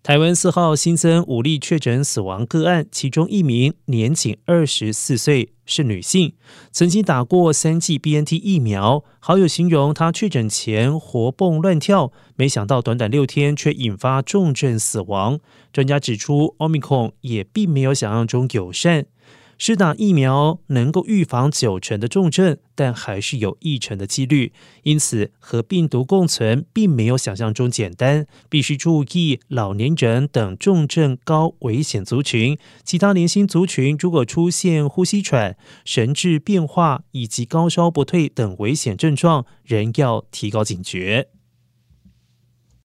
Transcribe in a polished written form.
台湾4号新增5例确诊死亡个案，其中1名年仅24岁，是女性，曾经打过3剂 BNT 疫苗。好友形容她确诊前活蹦乱跳，没想到短短6天却引发重症死亡。专家指出 Omicron 也并没有想象中友善。施打疫苗能够预防90%的重症，但还是有1成的几率，因此和病毒共存并没有想象中简单，必须注意老年人等重症高危险族群，其他年轻族群如果出现呼吸喘、神志变化以及高烧不退等危险症状，仍要提高警觉。